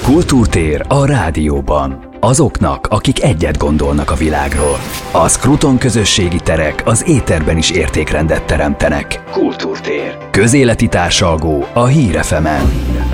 Kultúrtér a rádióban. Azoknak, akik egyet gondolnak a világról. A Scruton közösségi terek az éterben is értékrendet teremtenek. Kultúrtér. Közéleti társalgó a Hír FM-en.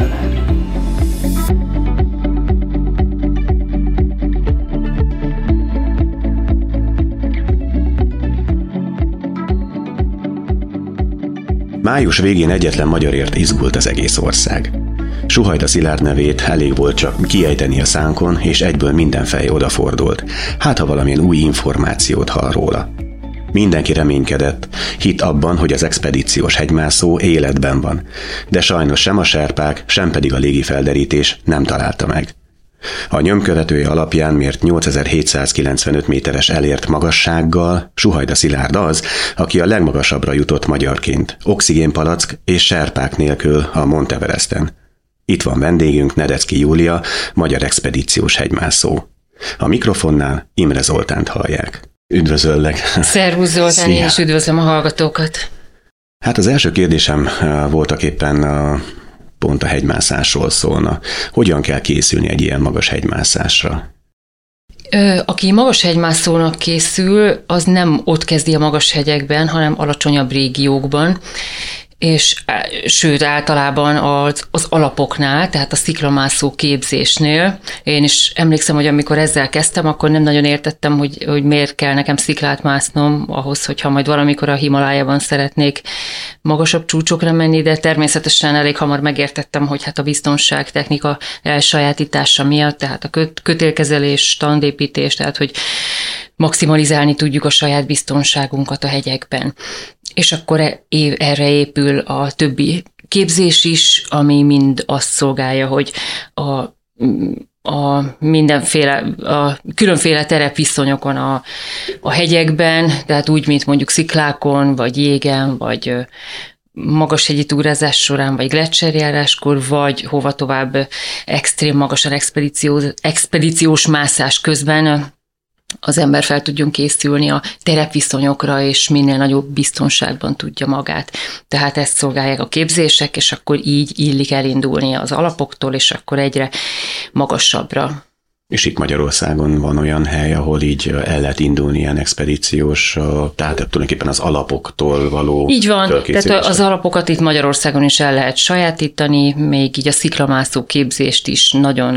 Május végén egyetlen magyarért izgult az egész ország. Suhajda Szilárd nevét elég volt csak kiejteni a szánkon, és egyből minden fej odafordult. Hát, ha valamilyen új információt hall róla. Mindenki reménykedett, hitt abban, hogy az expedíciós hegymászó életben van, de sajnos sem a serpák, sem pedig a légifelderítés nem találta meg. A nyomkövetője alapján mért 8795 méteres elért magassággal Suhajda Szilárd az, aki a legmagasabbra jutott magyarként, oxigénpalack és serpák nélkül a Mount Everesten. Itt van vendégünk, Nedeczky Júlia, magyar expedíciós hegymászó. A mikrofonnál Imre Zoltánt hallják. Üdvözöllek! Szervusz Zoltán, én is üdvözlöm a hallgatókat! Hát az első kérdésem voltak éppen pont a hegymászásról szólna. Hogyan kell készülni egy ilyen magas hegymászásra? Aki magas hegymászónak készül, az nem ott kezdi a magas hegyekben, hanem alacsonyabb régiókban, és sőt általában az alapoknál, tehát a sziklamászó képzésnél. Én is emlékszem, hogy amikor ezzel kezdtem, akkor nem nagyon értettem, hogy miért kell nekem sziklát másznom ahhoz, hogyha majd valamikor a Himalájában szeretnék magasabb csúcsokra menni, de természetesen elég hamar megértettem, hogy hát a biztonságtechnika elsajátítása miatt, tehát a kötélkezelés, standépítés, tehát hogy maximalizálni tudjuk a saját biztonságunkat a hegyekben. És akkor erre épül a többi képzés is, ami mind azt szolgálja, hogy a különféle terepviszonyokon a hegyekben, tehát úgy, mint mondjuk sziklákon, vagy jégen, vagy magashegyi túrázás során, vagy gleccserjáráskor, vagy hova tovább extrém magasan expedíciós mászás közben az ember fel tudjon készülni a terepviszonyokra, és minél nagyobb biztonságban tudja magát. Tehát ezt szolgálják a képzések, és akkor így illik elindulni az alapoktól, és akkor egyre magasabbra. És itt Magyarországon van olyan hely, ahol így el lehet indulni ilyen expedíciós, tehát tulajdonképpen az alapoktól való. Így van, tehát az alapokat itt Magyarországon is el lehet sajátítani, még így a sziklamászó képzést is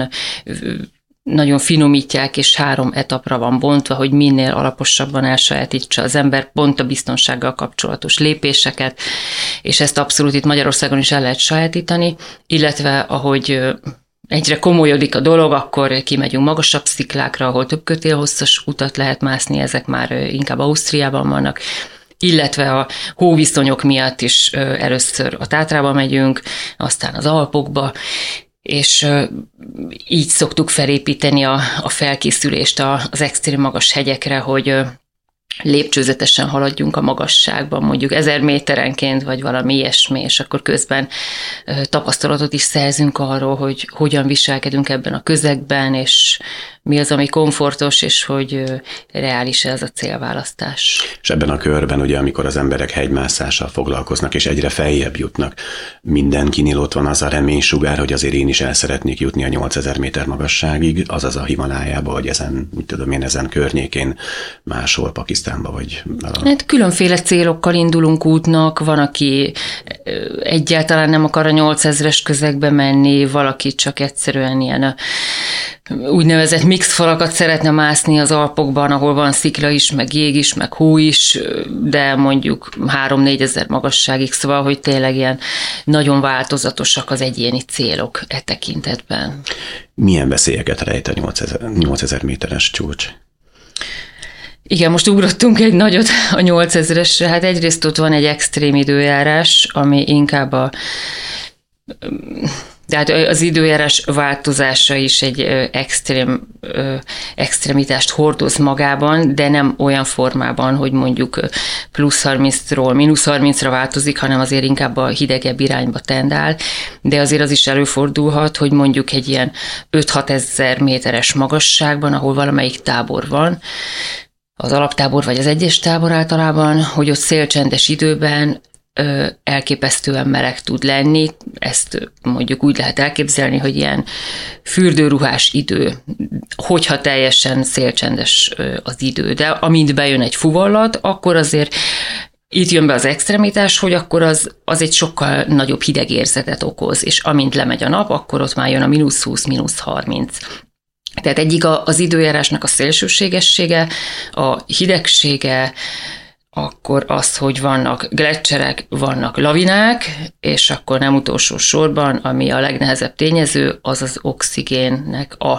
nagyon finomítják, és 3 etapra van bontva, hogy minél alaposabban elsajátítsa az ember pont a biztonsággal kapcsolatos lépéseket, és ezt abszolút itt Magyarországon is el lehet sajátítani, illetve ahogy egyre komolyodik a dolog, akkor kimegyünk magasabb sziklákra, ahol több kötélhosszas utat lehet mászni, ezek már inkább Ausztriában vannak, illetve a hóviszonyok miatt is először a Tátrába megyünk, aztán az Alpokba, és így szoktuk felépíteni a felkészülést az extrém magas hegyekre, hogy lépcsőzetesen haladjunk a magasságban, mondjuk 1000 méterenként, vagy valami ilyesmi, és akkor közben tapasztalatot is szerzünk arról, hogy hogyan viselkedünk ebben a közegben, és mi az, ami komfortos, és hogy reális ez a célválasztás. És ebben a körben, ugye, amikor az emberek hegymászással foglalkoznak, és egyre feljebb jutnak, mindenkinél ott van az a reménysugár, hogy azért én is el szeretnék jutni a 8000 méter magasságig, azaz a Himalájába, vagy ezen környékén, máshol, Pakisztánba, vagy... Hát különféle célokkal indulunk útnak, van, aki egyáltalán nem akar a 8000-es közegbe menni, valaki csak egyszerűen ilyen úgynevezett mixfalakat szeretne mászni az Alpokban, ahol van szikla is, meg jég is, meg hó is, de mondjuk 3-4 ezer magasságig, szóval, hogy tényleg ilyen nagyon változatosak az egyéni célok e tekintetben. Milyen veszélyeket rejt a 8000 méteres csúcs? Igen, most ugrottunk egy nagyot a 8000-esre, hát egyrészt ott van egy extrém időjárás, ami inkább tehát az időjárás változása is egy extremitást hordoz magában, de nem olyan formában, hogy mondjuk plusz 30-ról mínusz 30-ra változik, hanem azért inkább a hidegebb irányba tendál, de azért az is előfordulhat, hogy mondjuk egy ilyen 5-6 ezer méteres magasságban, ahol valamelyik tábor van, az alaptábor vagy az egyes tábor általában, hogy ott szélcsendes időben elképesztően meleg tud lenni. Ezt mondjuk úgy lehet elképzelni, hogy ilyen fürdőruhás idő, hogyha teljesen szélcsendes az idő. De amint bejön egy fuvallat, akkor azért itt jön be az extremitás, hogy akkor az egy sokkal nagyobb hidegérzetet okoz, és amint lemegy a nap, akkor ott már jön a -20, -30. Tehát egyik az időjárásnak a szélsőségessége, a hidegsége, akkor az, hogy vannak gleccserek, vannak lavinák, és akkor nem utolsó sorban, ami a legnehezebb tényező, az az oxigénnek a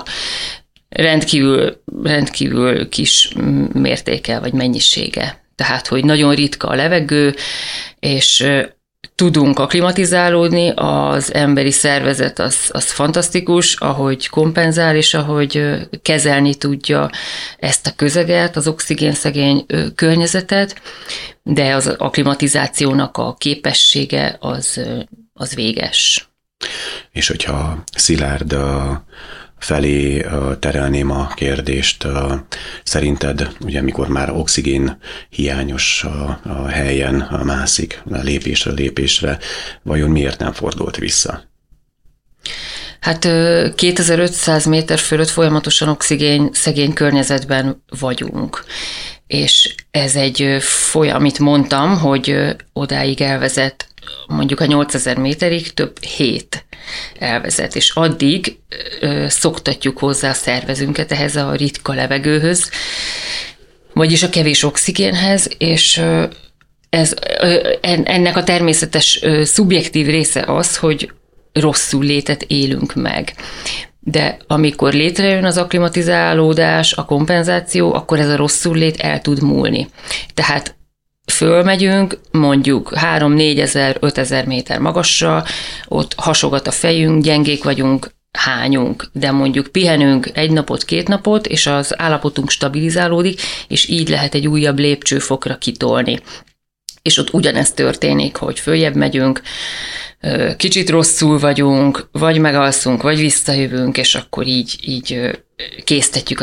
rendkívül kis mértéke vagy mennyisége. Tehát, hogy nagyon ritka a levegő, és tudunk akklimatizálódni, az emberi szervezet az fantasztikus, ahogy kompenzál, és ahogy kezelni tudja ezt a közeget, az oxigénszegény környezetet, de az akklimatizációnak a képessége az véges. És hogyha Szilárd felé terelném a kérdést, szerinted, ugye mikor már oxigén hiányos a helyen mászik lépésre, vajon miért nem fordult vissza? Hát 2500 méter fölött folyamatosan oxigén szegény környezetben vagyunk. És ez egy folyam, amit mondtam, hogy odáig elvezet mondjuk a 8000 méterig több hét elvezet, és addig szoktatjuk hozzá a szervezünket ehhez a ritka levegőhöz, vagyis a kevés oxigénhez, és ennek a természetes szubjektív része az, hogy rosszul létet élünk meg. De amikor létrejön az akklimatizálódás, a kompenzáció, akkor ez a rosszul lét el tud múlni. Tehát fölmegyünk, mondjuk 3-4 ezer, 5000 méter magasra, ott hasogat a fejünk, gyengék vagyunk, hányunk, de mondjuk pihenünk 1 napot, 2 napot, és az állapotunk stabilizálódik, és így lehet egy újabb lépcsőfokra kitolni. És ott ugyanezt történik, hogy följebb megyünk, kicsit rosszul vagyunk, vagy megalszunk, vagy visszajövünk, és akkor így késztetjük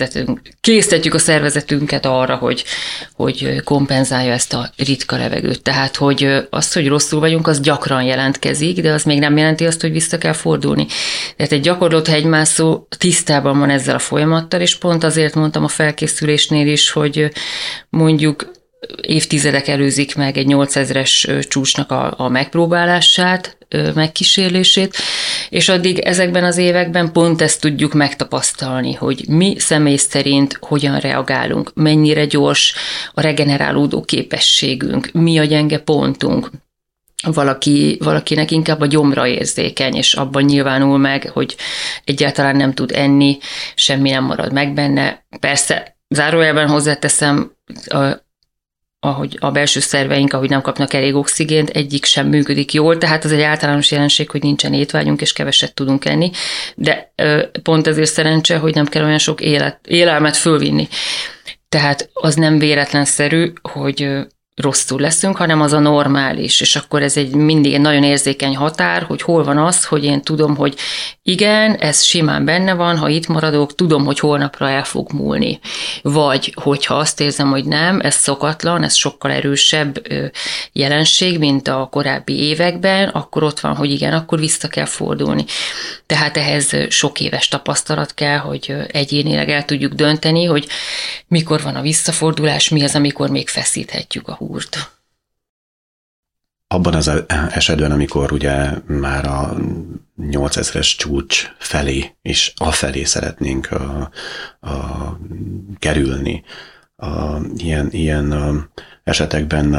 a szervezetünket arra, hogy kompenzálja ezt a ritka levegőt. Tehát, hogy az, hogy rosszul vagyunk, az gyakran jelentkezik, de az még nem jelenti azt, hogy vissza kell fordulni. Tehát egy gyakorlott hegymászó tisztában van ezzel a folyamattal, és pont azért mondtam a felkészülésnél is, hogy mondjuk évtizedek előzik meg egy 8000-es csúcsnak a megpróbálását, megkísérlését, és addig ezekben az években pont ezt tudjuk megtapasztalni, hogy mi személy szerint hogyan reagálunk, mennyire gyors a regenerálódó képességünk, mi a gyenge pontunk. Valakinek inkább a gyomra érzékeny, és abban nyilvánul meg, hogy egyáltalán nem tud enni, semmi nem marad meg benne. Persze, zárójelben hozzáteszem, ahogy a belső szerveink, ahogy nem kapnak elég oxigént, egyik sem működik jól, tehát az egy általános jelenség, hogy nincsen étvágyunk, és keveset tudunk enni, de pont ezért szerencse, hogy nem kell olyan sok élelmet fölvinni. Tehát az nem véletlenszerű, hogy rosszul leszünk, hanem az a normális, és akkor ez mindig egy nagyon érzékeny határ, hogy hol van az, hogy én tudom, hogy igen, ez simán benne van, ha itt maradok, tudom, hogy holnapra el fog múlni. Vagy, hogyha azt érzem, hogy nem, ez szokatlan, ez sokkal erősebb jelenség, mint a korábbi években, akkor ott van, hogy igen, akkor vissza kell fordulni. Tehát ehhez sok éves tapasztalat kell, hogy egyénileg el tudjuk dönteni, hogy mikor van a visszafordulás, mi az, amikor még feszíthetjük a húrt. Abban az esetben, amikor ugye már a 8000-es csúcs felé és afelé szeretnénk kerülni, ilyen esetekben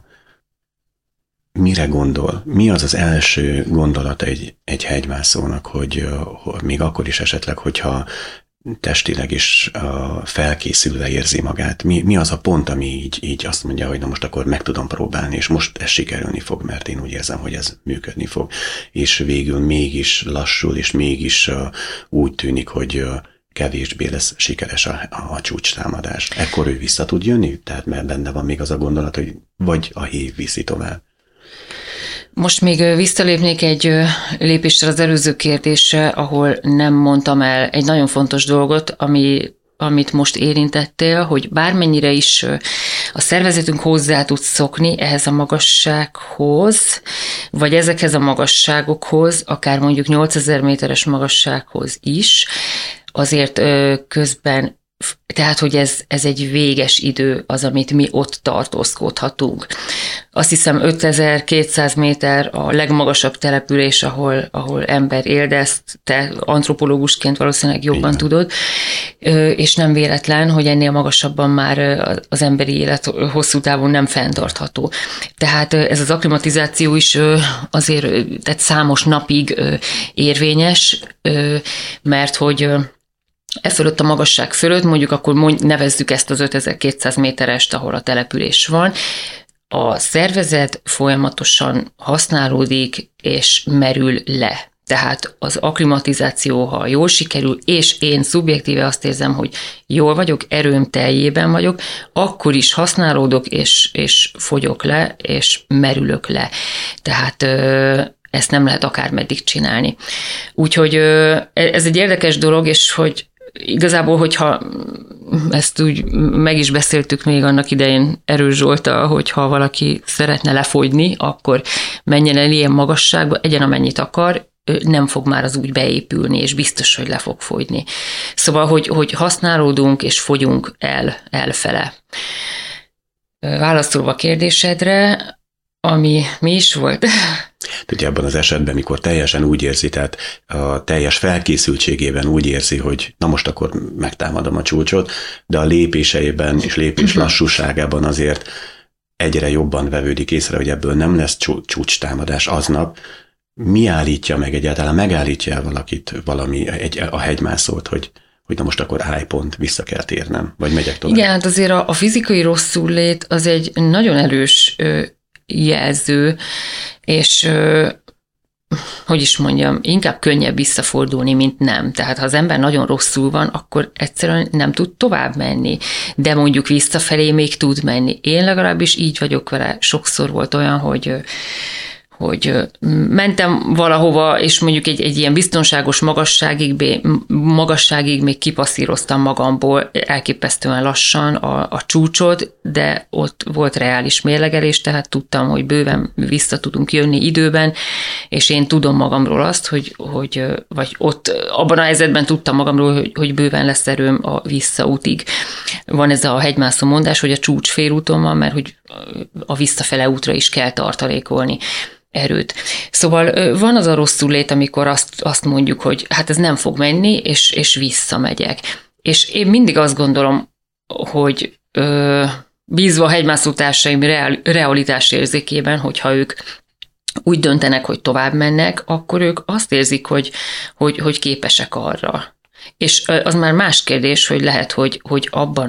mire gondol? Mi az az első gondolata egy hegymászónak, hogy még akkor is esetleg, hogyha testileg is felkészülve érzi magát? Mi az a pont, ami így azt mondja, hogy na most akkor meg tudom próbálni, és most ez sikerülni fog, mert én úgy érzem, hogy ez működni fog. És végül mégis lassul, és mégis úgy tűnik, hogy kevésbé lesz sikeres a csúcstámadás. Ekkor ő vissza tud jönni? Tehát mert benne van még az a gondolat, hogy vagy a hív viszi tovább. Most még visszalépnék egy lépésre az előző kérdésre, ahol nem mondtam el egy nagyon fontos dolgot, amit most érintettél, hogy bármennyire is a szervezetünk hozzá tud szokni ehhez a magassághoz, vagy ezekhez a magasságokhoz, akár mondjuk 8000 méteres magassághoz is, azért közben, tehát, hogy ez egy véges idő az, amit mi ott tartózkodhatunk. Azt hiszem 5200 méter a legmagasabb település, ahol ember él, de ezt te antropológusként valószínűleg jobban tudod, és nem véletlen, hogy ennél magasabban már az emberi élet hosszú távon nem fenntartható. Tehát ez az akklimatizáció is azért tehát számos napig érvényes, mert hogy fölött a magasság fölött, mondjuk akkor nevezzük ezt az 5200 méterest, ahol a település van, a szervezet folyamatosan használódik és merül le. Tehát az akklimatizáció, ha jól sikerül, és én szubjektíve azt érzem, hogy jól vagyok, erőm teljében vagyok, akkor is használódok, és fogyok le, és merülök le. Tehát ezt nem lehet akármeddig csinálni. Úgyhogy ez egy érdekes dolog, és hogy igazából, hogyha ezt úgy meg is beszéltük még annak idején Erős Zsolttal, hogyha valaki szeretne lefogyni, akkor menjen el ilyen magasságba, egyen amennyit akar, nem fog már az úgy beépülni, és biztos, hogy le fog fogyni. Szóval, hogy használódunk és fogyunk elfele. Válaszolva a kérdésedre, ami mi is volt? Ugye abban az esetben, mikor teljesen úgy érzi, tehát a teljes felkészültségében úgy érzi, hogy na most akkor megtámadom a csúcsot, de a lépéseiben és lépés lassúságában azért egyre jobban vevődik észre, hogy ebből nem lesz csúcstámadás aznap. Mi állítja meg egyáltalán? Megállítja valakit a hegymászót, hogy na most akkor állj pont, vissza kell térnem, vagy megyek tovább? Igen, hát azért a fizikai rosszullét az egy nagyon erős jelző, és hogy is mondjam, inkább könnyebb visszafordulni, mint nem. Tehát ha az ember nagyon rosszul van, akkor egyszerűen nem tud tovább menni, de mondjuk visszafelé még tud menni. Én legalábbis így vagyok vele. Sokszor volt olyan, hogy mentem valahova, és mondjuk egy ilyen biztonságos magasságig még kipasszíroztam magamból elképesztően lassan a csúcsot, de ott volt reális mérlegelés, tehát tudtam, hogy bőven vissza tudunk jönni időben, és én tudom magamról azt, vagy ott abban a helyzetben tudtam magamról, hogy bőven lesz erőm a visszaútig. Van ez a hegymászó mondás, hogy a csúcs félúton van, mert hogy a visszafele útra is kell tartalékolni erőt. Szóval van az a rosszulét, amikor azt mondjuk, hogy hát ez nem fog menni, és visszamegyek. És én mindig azt gondolom, hogy bízva a hegymászó társaim realitás érzékében, hogyha ők úgy döntenek, hogy tovább mennek, akkor ők azt érzik, hogy képesek arra. És az már más kérdés, hogy lehet, hogy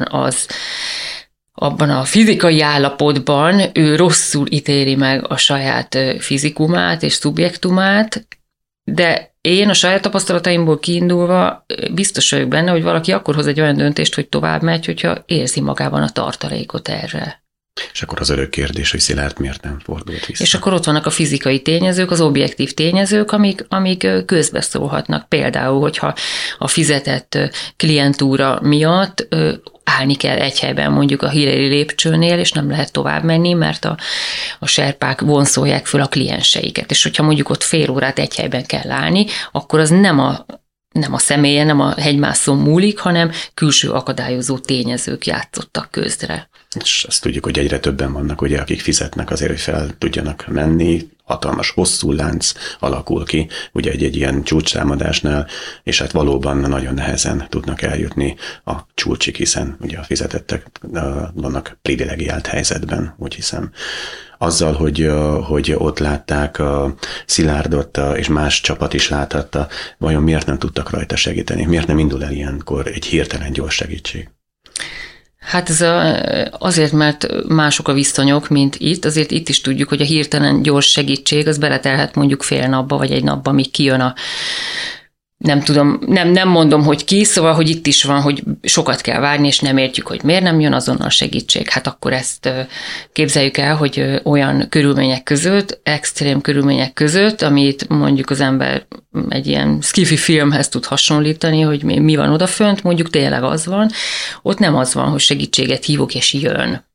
abban a fizikai állapotban ő rosszul ítéli meg a saját fizikumát és szubjektumát, de én a saját tapasztalataimból kiindulva biztos vagyok benne, hogy valaki akkor hoz egy olyan döntést, hogy tovább megy, hogyha érzi magában a tartalékot erre. És akkor az örök kérdés, hogy Szilárd miért nem fordult vissza. És akkor ott vannak a fizikai tényezők, az objektív tényezők, amik közbeszólhatnak. Például, hogyha a fizetett klientúra miatt állni kell egy helyben mondjuk a híréri lépcsőnél, és nem lehet tovább menni, mert a serpák vonszolják föl a klienseiket. És hogyha mondjuk ott fél órát egy helyben kell állni, akkor az nem a személyen, nem a hegymászón múlik, hanem külső akadályozó tényezők játszottak közre. És azt tudjuk, hogy egyre többen vannak, ugye, akik fizetnek azért, hogy fel tudjanak menni, hatalmas hosszú lánc alakul ki, ugye egy ilyen csúcstámadásnál, és hát valóban nagyon nehezen tudnak eljutni a csúcsig, hiszen ugye a fizetettek vannak privilegiált helyzetben, úgy hiszem. Azzal, hogy ott látták a Szilárdot, és más csapat is láthatta, vajon miért nem tudtak rajta segíteni? Miért nem indul el ilyenkor egy hirtelen gyors segítség? Hát ez azért, mert mások a viszonyok, mint itt, azért itt is tudjuk, hogy a hirtelen gyors segítség az beletelhet mondjuk fél napba, vagy egy napba, míg kijön nem tudom, nem mondom, hogy ki, szóval, hogy itt is van, hogy sokat kell várni, és nem értjük, hogy miért nem jön azonnal segítség. Hát akkor ezt képzeljük el, hogy olyan körülmények között, extrém körülmények között, amit mondjuk az ember egy ilyen sci-fi filmhez tud hasonlítani, hogy mi van odafönt, mondjuk tényleg az van, ott nem az van, hogy segítséget hívok, és jön.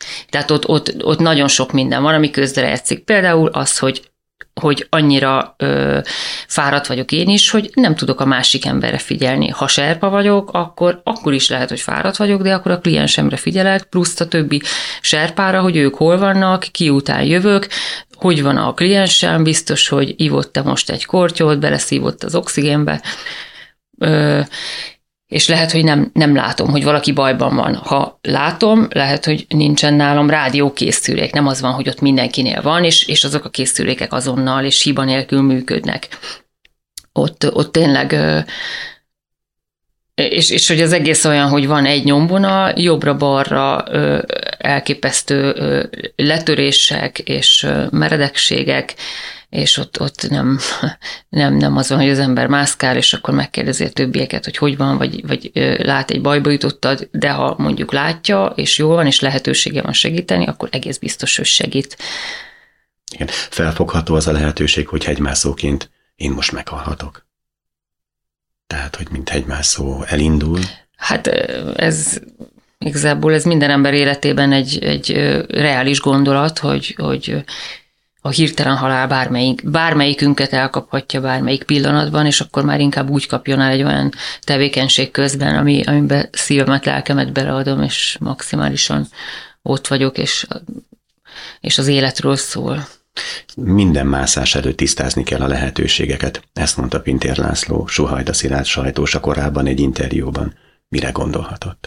Tehát ott nagyon sok minden van, ami közrejátszik. Például az, hogy annyira fáradt vagyok én is, hogy nem tudok a másik emberre figyelni. Ha serpa vagyok, akkor is lehet, hogy fáradt vagyok, de akkor a kliensemre figyelek, plusz a többi serpára, hogy ők hol vannak, ki után jövök, hogy van a kliensem, biztos, hogy ivott-e most egy kortyot, beleszívott az oxigénbe, és lehet, hogy nem látom, hogy valaki bajban van. Ha látom, lehet, hogy nincsen nálam rádiókészülék. Nem az van, hogy ott mindenkinél van, és azok a készülékek azonnal és hiba nélkül működnek. Ott tényleg, és hogy az egész olyan, hogy van egy nyomvonal, jobbra-balra elképesztő letörések és meredekségek, és ott nem az van, hogy az ember mászkál, és akkor megkérdezi a többieket, hogy van, vagy lát egy bajba jutottad, de ha mondjuk látja, és jó van, és lehetősége van segíteni, akkor egész biztos, hogy segít. Igen, felfogható az a lehetőség, hogy hegymászóként én most meghalhatok. Tehát, hogy mint hegymászó elindul. Hát igazából ez minden ember életében egy reális gondolat, hogy a hirtelen halál bármelyikünket elkaphatja bármelyik pillanatban, és akkor már inkább úgy kapjon el egy olyan tevékenység közben, amiben szívemet, lelkemet beleadom, és maximálisan ott vagyok, és az életről szól. Minden mászás előtt tisztázni kell a lehetőségeket. Ezt mondta Pintér László, Suhajda Szilárd sajtósa korábban egy interjúban. Mire gondolhatott?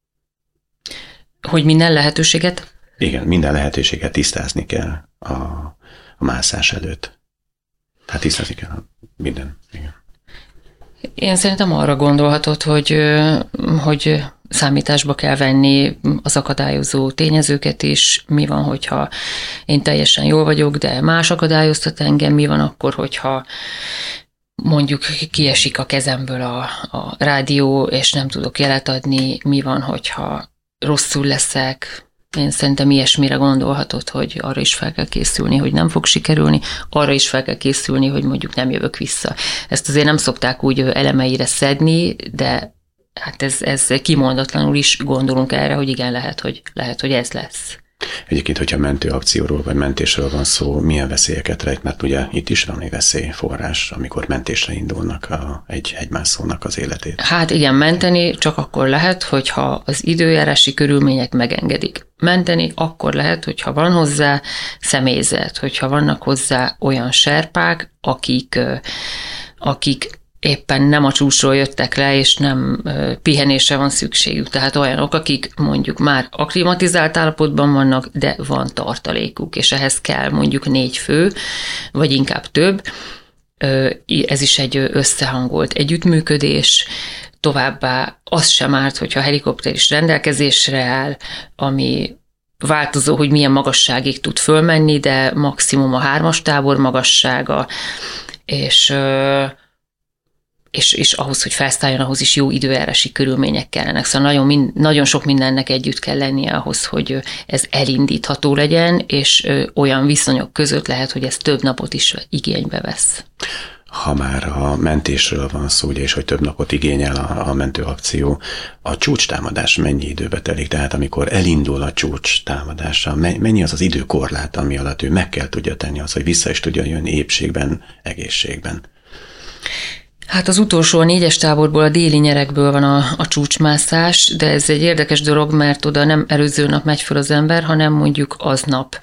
Hogy minden lehetőséget? Igen, minden lehetőséget tisztázni kell a mászás előtt. Tehát tisztázni kell minden. Igen. Én szerintem arra gondolhatod, hogy számításba kell venni az akadályozó tényezőket is. Mi van, hogyha én teljesen jól vagyok, de más akadályoztat engem? Mi van akkor, hogyha mondjuk kiesik a kezemből a rádió, és nem tudok jelet adni? Mi van, hogyha rosszul leszek? Én szerintem ilyesmire gondolhatod, hogy arra is fel kell készülni, hogy nem fog sikerülni, arra is fel kell készülni, hogy mondjuk nem jövök vissza. Ezt azért nem szokták úgy elemeire szedni, de hát ez kimondatlanul is gondolunk erre, hogy igen, lehet, hogy ez lesz. Egyébként, hogyha mentőakcióról vagy mentésről van szó, milyen veszélyeket rejt, mert ugye itt is van egy veszélyforrás, amikor mentésre indulnak egy hegymászónak az életét. Hát igen, menteni csak akkor lehet, hogyha az időjárási körülmények megengedik. Menteni akkor lehet, hogyha van hozzá személyzet, hogyha vannak hozzá olyan serpák, akik éppen nem a csúcsról jöttek le, és nem pihenésre van szükségük. Tehát olyanok, akik mondjuk már akklimatizált állapotban vannak, de van tartalékuk, és ehhez kell mondjuk 4 fő, vagy inkább több. Ez is egy összehangolt együttműködés. Továbbá az sem árt, hogyha a helikopter is rendelkezésre áll, ami változó, hogy milyen magasságig tud fölmenni, de maximum a 3-as tábor magassága, és ahhoz, hogy felszálljon, ahhoz is jó időjárási körülmények kellenek. Szóval nagyon sok mindennek együtt kell lennie ahhoz, hogy ez elindítható legyen, és olyan viszonyok között lehet, hogy ez több napot is igénybe vesz. Ha már a mentésről van szó, ugye, és hogy több napot igényel a mentőakció, a csúcstámadás mennyi időbe telik? Tehát amikor elindul a csúcstámadása, mennyi az az időkorlát, ami alatt ő meg kell tudja tenni az, hogy vissza is tudja jönni épségben, egészségben? Hát az utolsó, a 4-es táborból, a déli nyerekből van a csúcsmászás, de ez egy érdekes dolog, mert oda nem előző nap megy föl az ember, hanem mondjuk aznap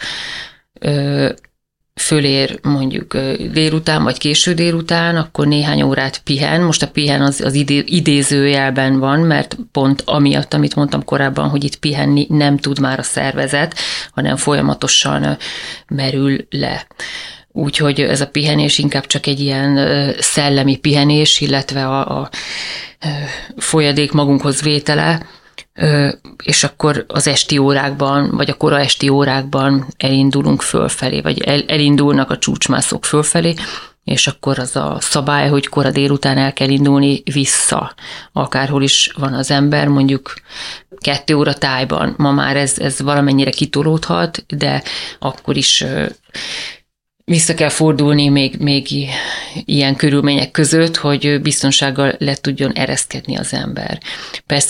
fölér mondjuk délután, vagy késő délután, akkor néhány órát pihen. Most a pihen az idézőjelben van, mert pont amiatt, amit mondtam korábban, hogy itt pihenni nem tud már a szervezet, hanem folyamatosan merül le. Úgyhogy ez a pihenés inkább csak egy ilyen szellemi pihenés, illetve a folyadék magunkhoz vétele, és akkor az esti órákban, vagy a kora esti órákban elindulunk fölfelé, vagy elindulnak a csúcsmászók fölfelé, és akkor az a szabály, hogy kora délután el kell indulni vissza, akárhol is van az ember, mondjuk 2 óra tájban. Ma már ez valamennyire kitolódhat, de akkor is vissza kell fordulni még ilyen körülmények között, hogy biztonsággal le tudjon ereszkedni az ember. Persze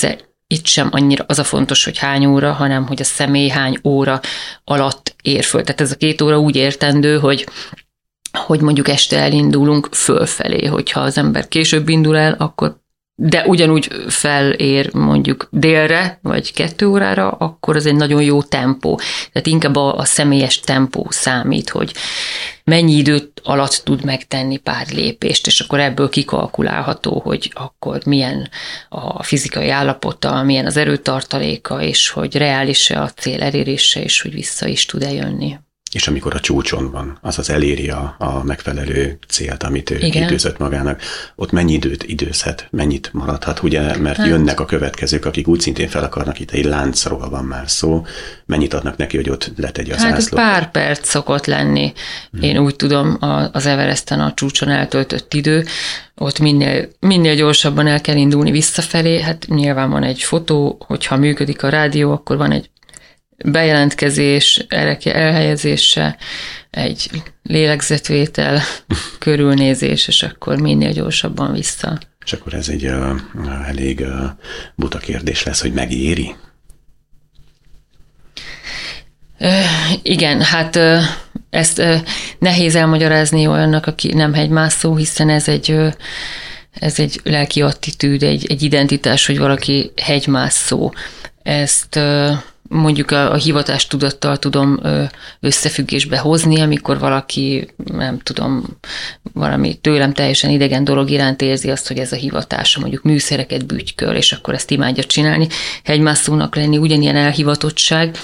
itt sem annyira az a fontos, hogy hány óra, hanem hogy a személy hány óra alatt ér föl. Tehát ez a 2 óra úgy értendő, hogy mondjuk este elindulunk fölfelé, hogyha az ember később indul el, akkor de ugyanúgy felér mondjuk délre, vagy 2 órára, akkor az egy nagyon jó tempó. Tehát inkább a személyes tempó számít, hogy mennyi időt alatt tud megtenni pár lépést, és akkor ebből kikalkulálható, hogy akkor milyen a fizikai állapota, milyen az erőtartaléka, és hogy reális-e a cél elérése, és hogy vissza is tud-e jönni. És amikor a csúcson van, azaz eléri a megfelelő célt, amit ő kitűzött magának, ott mennyi időt időzhet, mennyit maradhat, ugye, mert jönnek a következők, akik úgy szintén fel akarnak, itt egy láncról van már szó, mennyit adnak neki, hogy ott letegye a zászlót? Pár perc szokott lenni. Én úgy tudom, az Everesten a csúcson eltöltött idő, ott minél gyorsabban el kell indulni visszafelé, hát nyilván van egy fotó, hogyha működik a rádió, akkor van egy bejelentkezés, ereke elhelyezése, egy lélegzetvétel, körülnézés, és akkor minél gyorsabban vissza. És akkor ez egy elég buta kérdés lesz, hogy megéri? Igen, hát ezt nehéz elmagyarázni olyannak, aki nem hegymászó, hiszen ez egy lelki attitűd, egy identitás, hogy valaki hegymászó. Ezt mondjuk a hivatástudattal tudom összefüggésbe hozni, amikor valaki, nem tudom, valami tőlem teljesen idegen dolog iránt érzi azt, hogy ez a hivatása, mondjuk műszereket bütyköl, és akkor ezt imádja csinálni. Hegymászónak lenni ugyanilyen elhivatottság,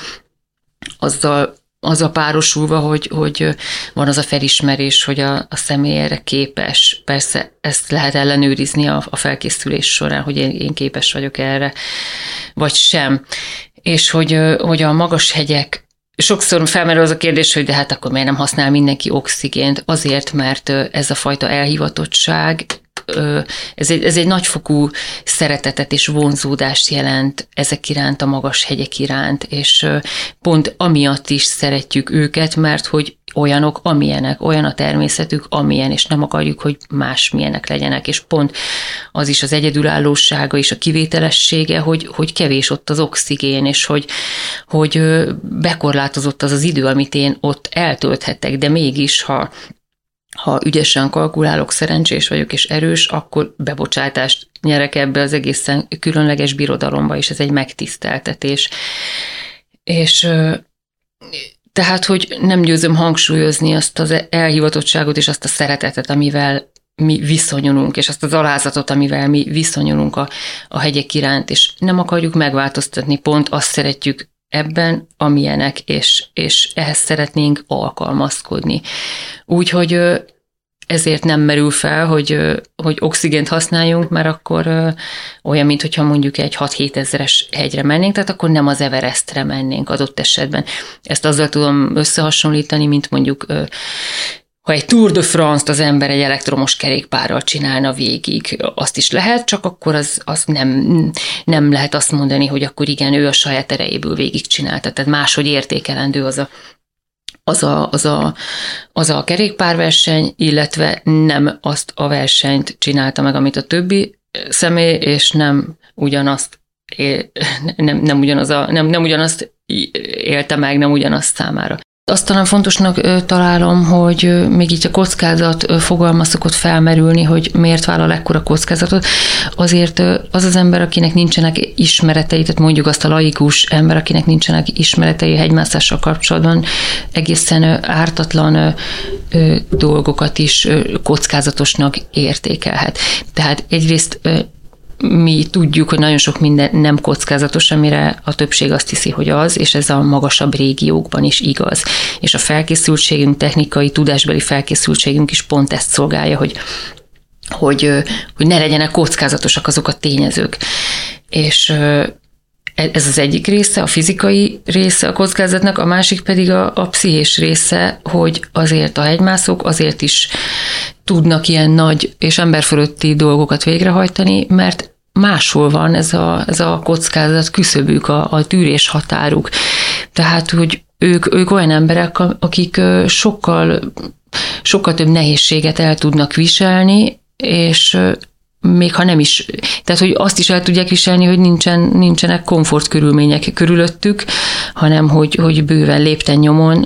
azzal párosulva, hogy van az a felismerés, hogy a személy erre képes. Persze ezt lehet ellenőrizni a felkészülés során, hogy én képes vagyok erre, vagy sem. És hogy a magas hegyek, sokszor felmerül az a kérdés, hogy de hát akkor miért nem használ mindenki oxigént? Azért, mert ez a fajta elhivatottság, ez egy nagyfokú szeretetet és vonzódást jelent ezek iránt, a magas hegyek iránt, és pont amiatt is szeretjük őket, mert hogy olyanok, amilyenek, olyan a természetük, amilyen, és nem akarjuk, hogy másmilyenek legyenek, és pont az is az egyedülállósága és a kivételessége, hogy kevés ott az oxigén, és hogy bekorlátozott az idő, amit én ott eltölthetek, de mégis, ha ügyesen kalkulálok, szerencsés vagyok és erős, akkor bebocsátást nyerek ebbe az egészen különleges birodalomba, és ez egy megtiszteltetés. És tehát, hogy nem győzöm hangsúlyozni azt az elhivatottságot és azt a szeretetet, amivel mi viszonyulunk, és azt az alázatot, amivel mi viszonyulunk a hegyek iránt, és nem akarjuk megváltoztatni, pont azt szeretjük ebben, amilyenek, és ehhez szeretnénk alkalmazkodni. Úgyhogy ezért nem merül fel, hogy oxigént használjunk, mert akkor olyan, mintha mondjuk egy 6-7 ezeres hegyre mennénk, tehát akkor nem az Everestre mennénk adott esetben. Ezt azzal tudom összehasonlítani, mint mondjuk ha egy Tour de France-t az ember egy elektromos kerékpárral csinálna végig, azt is lehet, csak akkor az nem lehet azt mondani, hogy akkor igen, ő a saját erejéből végigcsinálta. Tehát máshogy értékelendő az a kerékpárverseny, illetve nem azt a versenyt csinálta meg, amit a többi személy, és nem ugyanazt élte meg, nem ugyanazt számára. Azt talán fontosnak találom, hogy még így a kockázat fogalma szokott felmerülni, hogy miért vállal ekkora kockázatot. Azért az ember, akinek nincsenek ismeretei, tehát mondjuk azt a laikus ember, akinek nincsenek ismeretei a hegymászással kapcsolatban, egészen ártatlan dolgokat is kockázatosnak értékelhet. Tehát egyrészt mi tudjuk, hogy nagyon sok minden nem kockázatos, amire a többség azt hiszi, hogy az, és ez a magasabb régiókban is igaz. És a felkészültségünk, technikai, tudásbeli felkészültségünk is pont ezt szolgálja, hogy ne legyenek kockázatosak azok a tényezők. És ez az egyik része, a fizikai része a kockázatnak, a másik pedig a pszichés része, hogy azért a hegymászók azért is tudnak ilyen nagy és emberfölötti dolgokat végrehajtani, mert máshol van ez a kockázat küszöbük, a tűrés határuk. Tehát, hogy ők olyan emberek, akik sokkal több nehézséget el tudnak viselni, és még ha nem is, tehát hogy azt is el tudják viselni, hogy nincsenek komfortkörülmények körülöttük, hanem hogy bőven lépten nyomon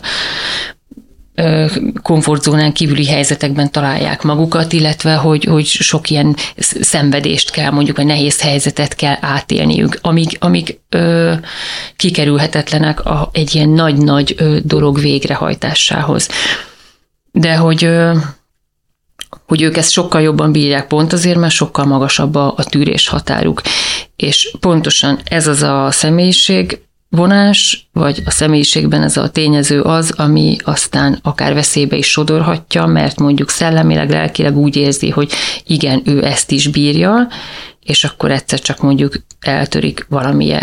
komfortzónán kívüli helyzetekben találják magukat, illetve hogy sok ilyen szenvedést kell, mondjuk egy nehéz helyzetet kell átélniük, amíg kikerülhetetlenek egy ilyen nagy-nagy dolog végrehajtásához. De hogy ők ezt sokkal jobban bírják pont azért, mert sokkal magasabb a tűrés határuk. És pontosan ez az a személyiségvonás, vagy a személyiségben ez a tényező az, ami aztán akár veszélybe is sodorhatja, mert mondjuk szellemileg, lelkileg úgy érzi, hogy igen, ő ezt is bírja, és akkor egyszer csak mondjuk eltörik valamilyen,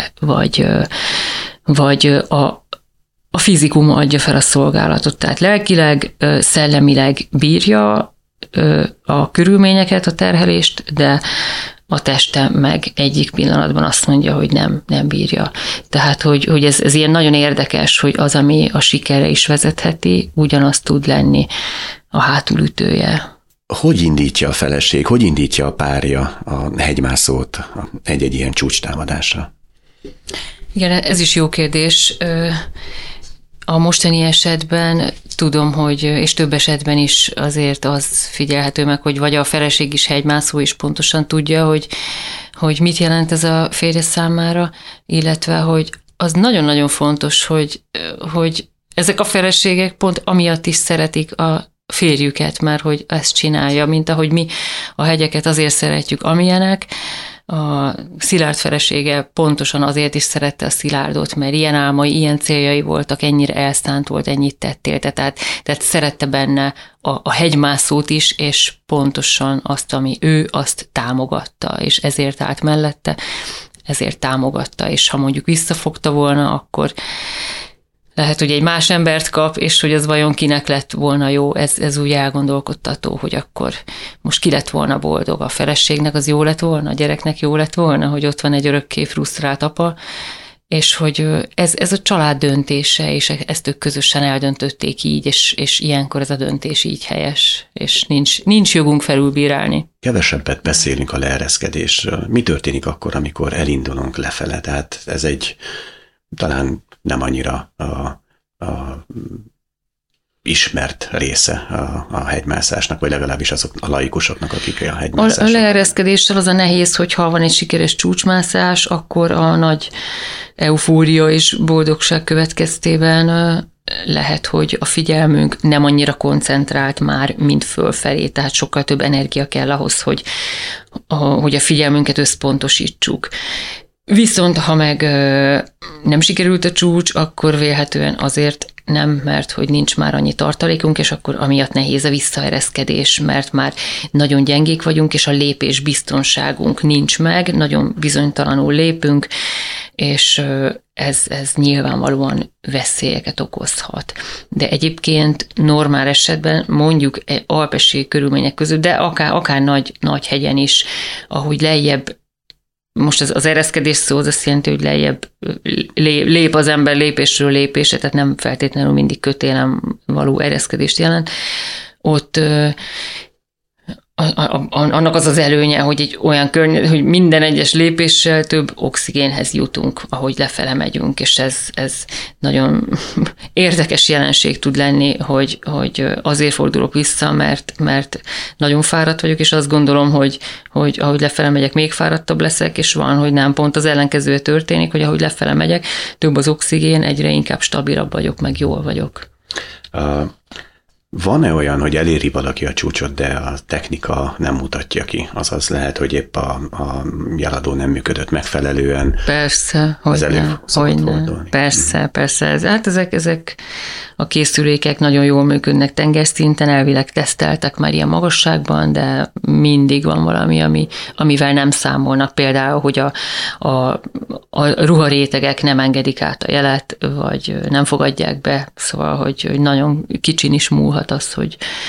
vagy a fizikum adja fel a szolgálatot. Tehát lelkileg, szellemileg bírja a körülményeket, a terhelést, de a teste meg egyik pillanatban azt mondja, hogy nem bírja. Tehát, hogy ez ilyen nagyon érdekes, hogy az, ami a sikerre is vezetheti, ugyanaz tud lenni a hátulütője. Hogy indítja a feleség, hogy indítja a párja a hegymászót egy-egy ilyen csúcstámadásra? Igen, ez is jó kérdés. A mostani esetben tudom, hogy, és több esetben is azért az figyelhető meg, hogy vagy a feleség is hegymászó, és pontosan tudja, hogy mit jelent ez a férje számára, illetve, hogy az nagyon-nagyon fontos, hogy ezek a feleségek pont amiatt is szeretik a férjüket, mert hogy ezt csinálja, mint ahogy mi a hegyeket azért szeretjük, amilyenek. A Szilárd felesége pontosan azért is szerette a Szilárdot, mert ilyen álmai, ilyen céljai voltak, ennyire elszánt volt, ennyit tettél, tehát szerette benne a hegymászót is, és pontosan azt, ami ő, azt támogatta, és ezért állt mellette, ezért támogatta, és ha mondjuk visszafogta volna, akkor lehet, hogy egy más embert kap, és hogy az vajon kinek lett volna jó, ez úgy elgondolkodtató, hogy akkor most ki lett volna boldog, a feleségnek az jó lett volna, a gyereknek jó lett volna, hogy ott van egy örökké frusztrált apa, és hogy ez a család döntése, és ezt ők közösen eldöntötték így, és ilyenkor ez a döntés így helyes, és nincs jogunk felülbírálni. Kevesebbet beszélünk a leereszkedésről. Mi történik akkor, amikor elindulunk lefele? Tehát ez egy talán nem annyira a ismert része a hegymászásnak, vagy legalábbis azok a laikusoknak, akik a hegymászások. A leereszkedéssel az a nehéz, hogy ha van egy sikeres csúcsmászás, akkor a nagy eufória és boldogság következtében lehet, hogy a figyelmünk nem annyira koncentrált már, mint fölfelé, tehát sokkal több energia kell ahhoz, hogy a figyelmünket összpontosítsuk. Viszont ha meg nem sikerült a csúcs, akkor vélhetően azért nem, mert hogy nincs már annyi tartalékunk, és akkor amiatt nehéz a visszaereszkedés, mert már nagyon gyengék vagyunk, és a lépés biztonságunk nincs meg, nagyon bizonytalanul lépünk, és ez nyilvánvalóan veszélyeket okozhat. De egyébként normál esetben mondjuk alpesi körülmények között, de akár nagy hegyen is, ahogy lejjebb, most az ereszkedés szó az azt jelenti, hogy lejjebb lép az ember lépésről lépésre, tehát nem feltétlenül mindig kötélen való ereszkedést jelent. Ott annak az előnye, hogy egy olyan hogy minden egyes lépéssel több oxigénhez jutunk, ahogy lefele megyünk, és ez nagyon érdekes jelenség tud lenni, hogy azért fordulok vissza, mert nagyon fáradt vagyok, és azt gondolom, hogy ahogy lefele megyek, még fáradtabb leszek, és van, hogy nem, pont az ellenkezője történik, hogy ahogy lefele megyek, több az oxigén, egyre inkább stabilabb vagyok, meg jól vagyok. Van-e olyan, hogy eléri valaki a csúcsot, de a technika nem mutatja ki? Azaz lehet, hogy épp a jeladó nem működött megfelelően. Persze, hogyne. Persze. Hát ezek a készülékek nagyon jól működnek tengerszinten, elvileg teszteltek már ilyen magasságban, de mindig van valami, amivel nem számolnak. Például, hogy a ruharétegek nem engedik át a jelet, vagy nem fogadják be. Szóval, hogy nagyon kicsin is múlhat az,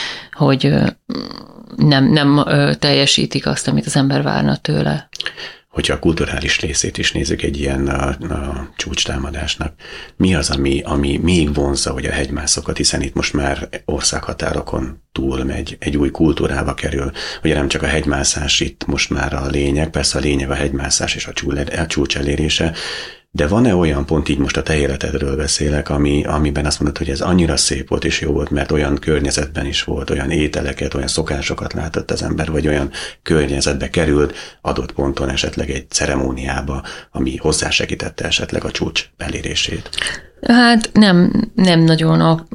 hogy nem teljesítik azt, amit az ember várna tőle. hogyha a kulturális részét is nézzük egy ilyen a csúcstámadásnak, mi az, ami még vonzza, hogy a hegymászókat, hiszen itt most már országhatárokon túl megy, egy új kultúrába kerül. Ugye nem csak a hegymászás itt most már a lényeg, persze a lényeg a hegymászás és a csúcs elérése, de van-e olyan pont, így most a te életedről beszélek, amiben azt mondod, hogy ez annyira szép volt és jó volt, mert olyan környezetben is volt, olyan ételeket, olyan szokásokat látott az ember, vagy olyan környezetbe került adott ponton esetleg egy ceremóniába, ami hozzásegítette esetleg a csúcs elérését? Hát nem nagyon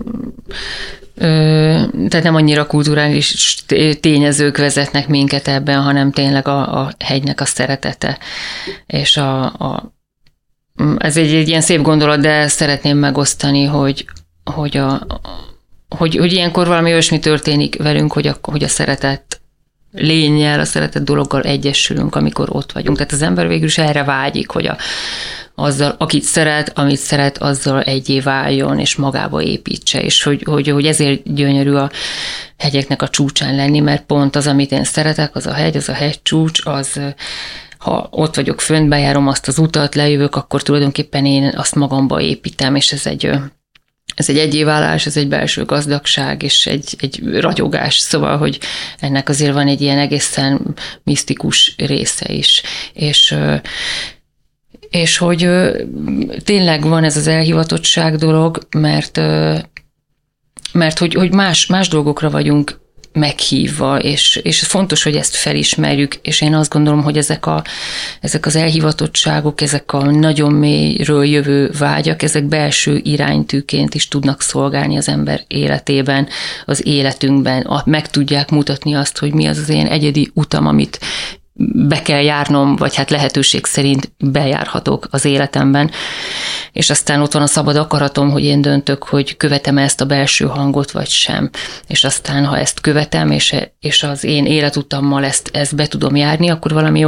tehát nem annyira kulturális tényezők vezetnek minket ebben, hanem tényleg a hegynek a szeretete, és ez egy ilyen szép gondolat, de szeretném megosztani, hogy ilyenkor valami olyasmi történik velünk, hogy a szeretet lénnyel, a szeretet dologgal egyesülünk, amikor ott vagyunk. Tehát az ember végül is erre vágyik, hogy azzal, akit szeret, amit szeret, azzal egyé váljon, és magába építse. És hogy ezért gyönyörű a hegyeknek a csúcsán lenni, mert pont az, amit én szeretek, az a hegycsúcs, az ha ott vagyok fönt, bejárom azt az utat, lejövök, akkor tulajdonképpen én azt magamba építem, és ez egy egyéválás, ez egy belső gazdagság, és egy ragyogás, szóval, hogy ennek azért van egy ilyen egészen misztikus része is. És hogy tényleg van ez az elhivatottság dolog, mert hogy más dolgokra vagyunk meghívva, és fontos, hogy ezt felismerjük, és én azt gondolom, hogy ezek az elhivatottságok, ezek a nagyon mélyről jövő vágyak, ezek belső iránytűként is tudnak szolgálni az ember életében, az életünkben, meg tudják mutatni azt, hogy mi az én egyedi utam, amit be kell járnom, vagy hát lehetőség szerint bejárhatok az életemben. És aztán ott van a szabad akaratom, hogy én döntök, hogy követem ezt a belső hangot, vagy sem. És aztán, ha ezt követem, és az én életutammal ezt be tudom járni, akkor valami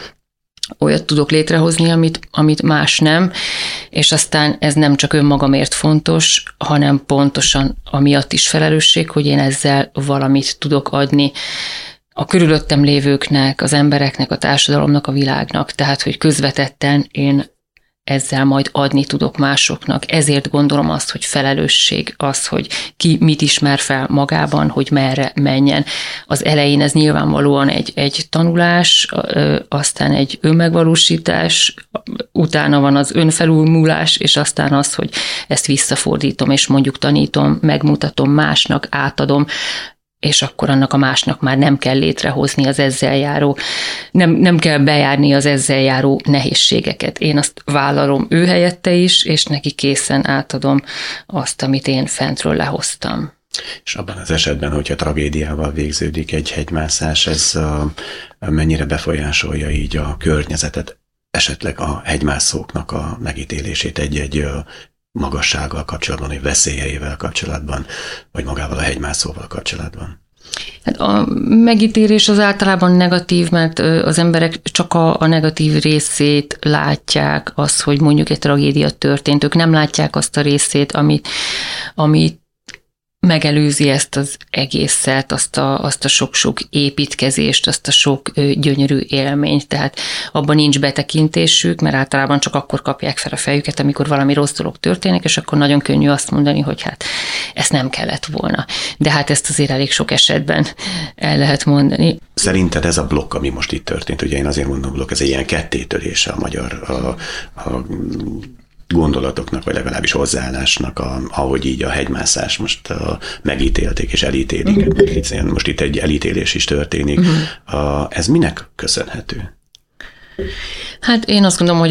olyat tudok létrehozni, amit más nem, és aztán ez nem csak önmagamért fontos, hanem pontosan amiatt is felelősség, hogy én ezzel valamit tudok adni a körülöttem lévőknek, az embereknek, a társadalomnak, a világnak, tehát, hogy közvetetten én ezzel majd adni tudok másoknak. Ezért gondolom azt, hogy felelősség az, hogy ki mit ismer fel magában, hogy merre menjen. Az elején ez nyilvánvalóan egy tanulás, aztán egy önmegvalósítás, utána van az önfelülmúlás, és aztán az, hogy ezt visszafordítom, és mondjuk tanítom, megmutatom másnak, átadom, és akkor annak a másnak már nem kell létrehozni az ezzel járó, nem kell bejárni az ezzel járó nehézségeket. Én azt vállalom ő helyette is, és neki készen átadom azt, amit én fentről lehoztam. És abban az esetben, hogyha tragédiával végződik egy hegymászás, ez mennyire befolyásolja így a környezetet, esetleg a hegymászóknak a megítélését egy magassággal kapcsolatban, vagy veszélyeivel kapcsolatban, vagy magával a hegymászóval kapcsolatban? Hát a megítélés az általában negatív, mert az emberek csak a negatív részét látják, az, hogy mondjuk egy tragédia történt. Ők nem látják azt a részét, amit megelőzi ezt az egészet, azt a sok-sok építkezést, azt a sok gyönyörű élményt. Tehát abban nincs betekintésük, mert általában csak akkor kapják fel a fejüket, amikor valami rossz dolog történik, és akkor nagyon könnyű azt mondani, hogy hát ezt nem kellett volna. De hát ezt azért elég sok esetben el lehet mondani. Szerinted ez a blokk, ami most itt történt, ugye én azért mondom blokk, ez egy ilyen kettétörése a magyar gondolatoknak, vagy legalábbis hozzáállásnak, ahogy így a hegymászás most megítélték és elítélik. Most itt egy elítélés is történik. Ez minek köszönhető? Hát én azt gondolom, hogy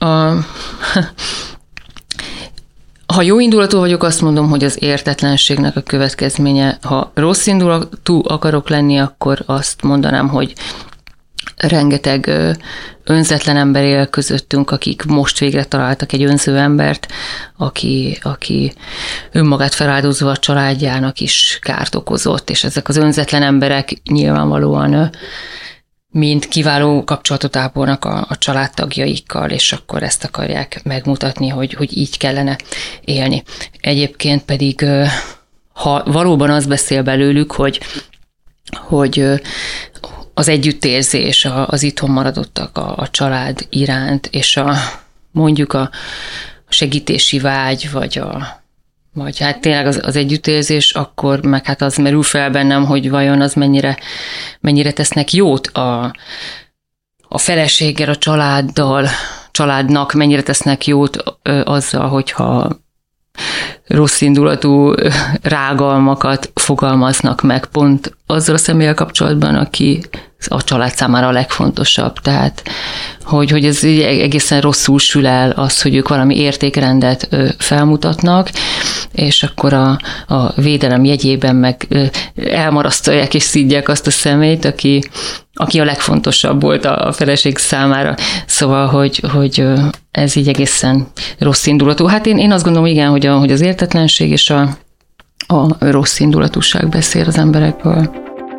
ha jó indulatú vagyok, azt mondom, hogy az értetlenségnek a következménye. Ha rossz indulatú akarok lenni, akkor azt mondanám, hogy rengeteg önzetlen ember él közöttünk, akik most végre találtak egy önző embert, aki önmagát feláldozva a családjának is kárt okozott, és ezek az önzetlen emberek nyilvánvalóan mind kiváló kapcsolatot ápolnak a családtagjaikkal, és akkor ezt akarják megmutatni, hogy így kellene élni. Egyébként pedig, ha valóban az beszél belőlük, hogy az együttérzés, az itthon maradottak a család iránt, és mondjuk a segítési vágy, vagy hát tényleg az együttérzés, akkor meg hát az merül fel bennem, hogy vajon az mennyire tesznek jót a feleséggel, a családnak mennyire tesznek jót azzal, hogyha rosszindulatú rágalmakat fogalmaznak meg pont azzal a személlyel kapcsolatban, aki a család számára a legfontosabb. Tehát, hogy ez egészen rosszul sül el az, hogy ők valami értékrendet felmutatnak, és akkor a védelem jegyében meg elmarasztalják és szídják azt a személyt, aki a legfontosabb volt a feleség számára. Szóval, hogy ez így egészen rossz indulatú. Hát én azt gondolom, igen, hogy az értetlenség és a rossz indulatúság beszél az emberekből.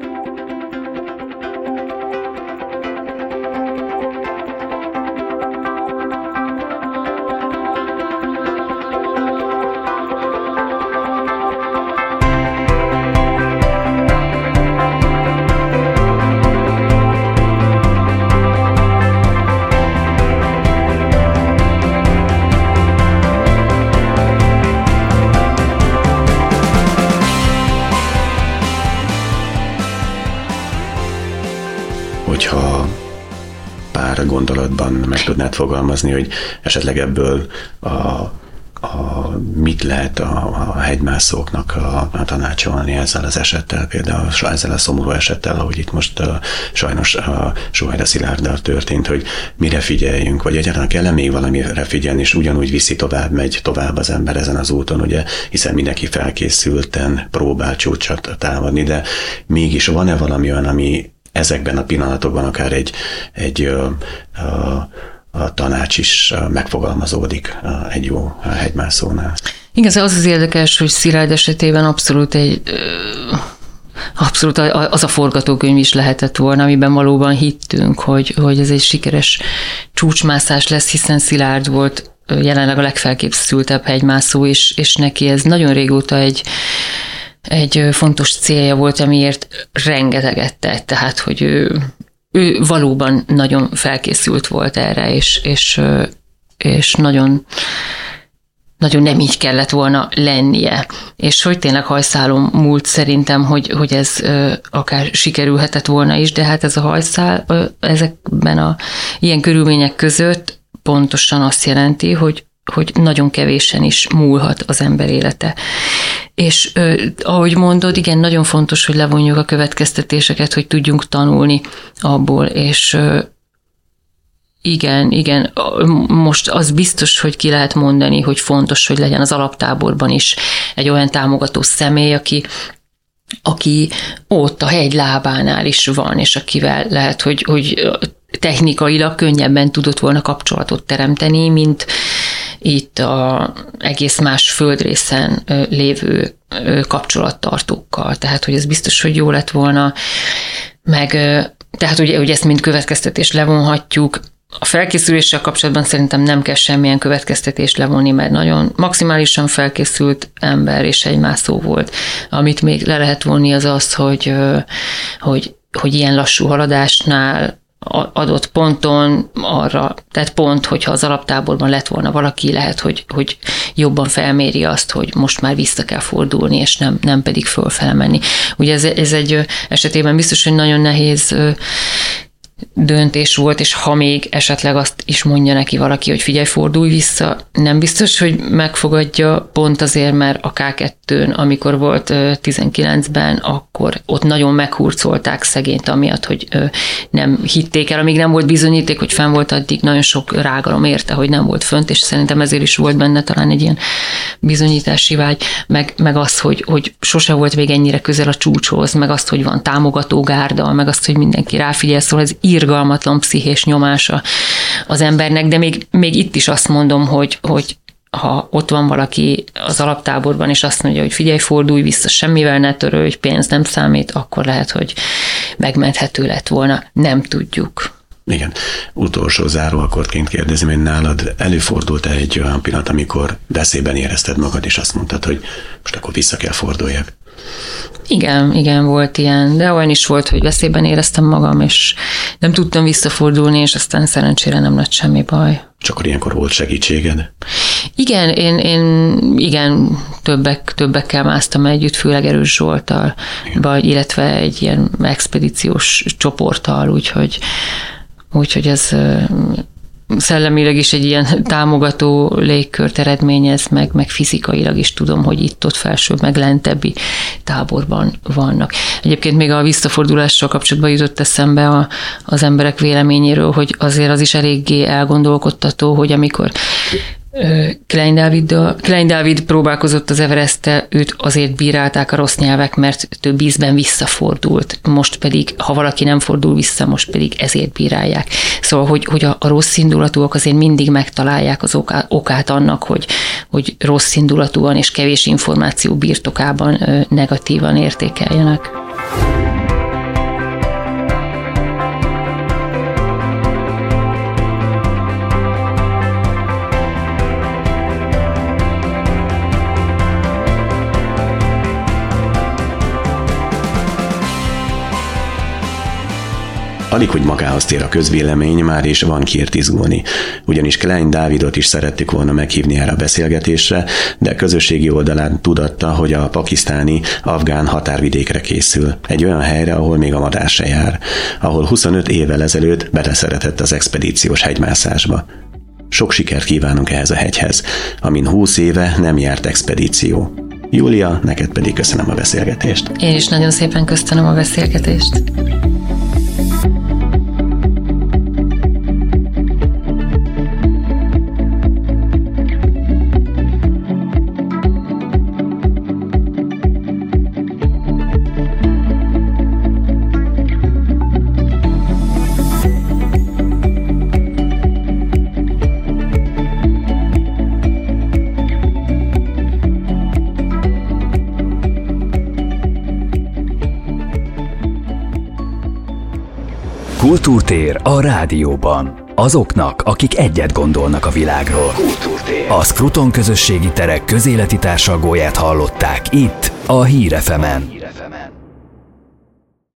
Hogyha pár gondolatban meg tudnád fogalmazni, hogy esetleg ebből mit lehet a hegymászóknak tanácsolni ezzel az esettel, például ezzel a szomorú esettel, ahogy itt most sajnos Sohajda Szilárddal történt, hogy mire figyeljünk, vagy egyáltalán kell még valamire figyelni, és ugyanúgy megy tovább az ember ezen az úton, ugye, hiszen mindenki felkészülten próbál csúcsot támadni, de mégis van-e valami olyan, ami ezekben a pillanatokban akár egy tanács is megfogalmazódik egy jó hegymászónál? Igen, az érdekes, hogy Szilárd esetében abszolút az a forgatókönyv is lehetett volna, amiben valóban hittünk, hogy ez egy sikeres csúcsmászás lesz, hiszen Szilárd volt jelenleg a legfelkészültebb hegymászó, és neki ez nagyon régóta egy fontos célja volt, amiért rengeteget tett, tehát, hogy ő valóban nagyon felkészült volt erre, és nagyon, nagyon nem így kellett volna lennie. És hogy tényleg hajszálon múlt szerintem, hogy ez akár sikerülhetett volna is, de hát ez a hajszál ezekben ilyen körülmények között pontosan azt jelenti, hogy nagyon kevésen is múlhat az ember élete. És ahogy mondod, igen, nagyon fontos, hogy levonjuk a következtetéseket, hogy tudjunk tanulni abból, és igen, most az biztos, hogy ki lehet mondani, hogy fontos, hogy legyen az alaptáborban is egy olyan támogató személy, aki ott a hegy lábánál is van, és akivel lehet, hogy technikailag könnyebben tudott volna kapcsolatot teremteni, mint itt a egész más földrészen lévő kapcsolattartókkal. Tehát, hogy ez biztos, hogy jó lett volna, meg tehát ugye ezt mind következtetést levonhatjuk. A felkészüléssel kapcsolatban szerintem nem kell semmilyen következtetést levonni, mert nagyon maximálisan felkészült ember és hegymászó volt. Amit még le lehet vonni, az az, hogy ilyen lassú haladásnál adott ponton arra, tehát pont, hogyha az alaptáborban lett volna valaki, lehet, hogy jobban felméri azt, hogy most már vissza kell fordulni, és nem pedig fölfele menni. Ugye ez egy esetében biztos, hogy nagyon nehéz döntés volt, és ha még esetleg azt is mondja neki valaki, hogy figyelj, fordulj vissza, nem biztos, hogy megfogadja, pont azért, mert a K2-n, amikor volt 19-ben, akkor ott nagyon meghurcolták szegényt, amiatt, hogy nem hitték el, amíg nem volt bizonyíték, hogy fenn volt, addig nagyon sok rágalom érte, hogy nem volt fönt, és szerintem ezért is volt benne talán egy ilyen bizonyítási vágy, meg az, hogy sose volt még ennyire közel a csúcshoz, meg azt, hogy van támogató gárda, meg azt, hogy mindenki ráfigyel, szóval ez irgalmatlan pszichés nyomása az embernek, de még itt is azt mondom, hogy ha ott van valaki az alaptáborban, és azt mondja, hogy figyelj, fordulj vissza, semmivel ne törődj, pénz nem számít, akkor lehet, hogy megmenthető lett volna. Nem tudjuk. Igen. Utolsó záróakkordként kérdezem, hogy nálad előfordult egy olyan pillanat, amikor veszélyben érezted magad, és azt mondtad, hogy most akkor vissza kell forduljak? Igen, volt ilyen, de olyan is volt, hogy veszélyben éreztem magam, és nem tudtam visszafordulni, és aztán szerencsére nem lett semmi baj. És akkor ilyenkor volt segítséged? Igen, én többekkel másztam együtt, főleg Erős Zsolttal, illetve egy ilyen expedíciós csoporttal, úgyhogy ez szellemileg is egy ilyen támogató légkört eredményez, meg fizikailag is tudom, hogy itt-ott felsőbb, meg lentebbi táborban vannak. Egyébként még a visszafordulással kapcsolatban jutott eszembe az emberek véleményéről, hogy azért az is eléggé elgondolkodtató, hogy amikor Klein Dávid próbálkozott az Everesttel, őt azért bírálták a rossz nyelvek, mert több ízben visszafordult. Most pedig, ha valaki nem fordul vissza, most pedig ezért bírálják. Szóval, hogy a rossz indulatúak azért mindig megtalálják az okát annak, hogy rossz indulatúan és kevés információ birtokában negatívan értékeljenek. Alig, hogy magához tér a közvélemény, már is van kiért izgulni. Ugyanis Klein Dávidot is szerettük volna meghívni erre a beszélgetésre, de közösségi oldalán tudatta, hogy a pakisztáni afgán határvidékre készül. Egy olyan helyre, ahol még a madár se jár. Ahol 25 évvel ezelőtt beleszeretett az expedíciós hegymászásba. Sok sikert kívánunk ehhez a hegyhez, amin 20 éve nem járt expedíció. Júlia, neked pedig köszönöm a beszélgetést. Én is nagyon szépen köszönöm a beszélgetést. Kultúrtér a rádióban. Azoknak, akik egyet gondolnak a világról. Kultúrtér. A Skruton közösségi terek közéleti társalgóját hallották itt, a Hír FM-en.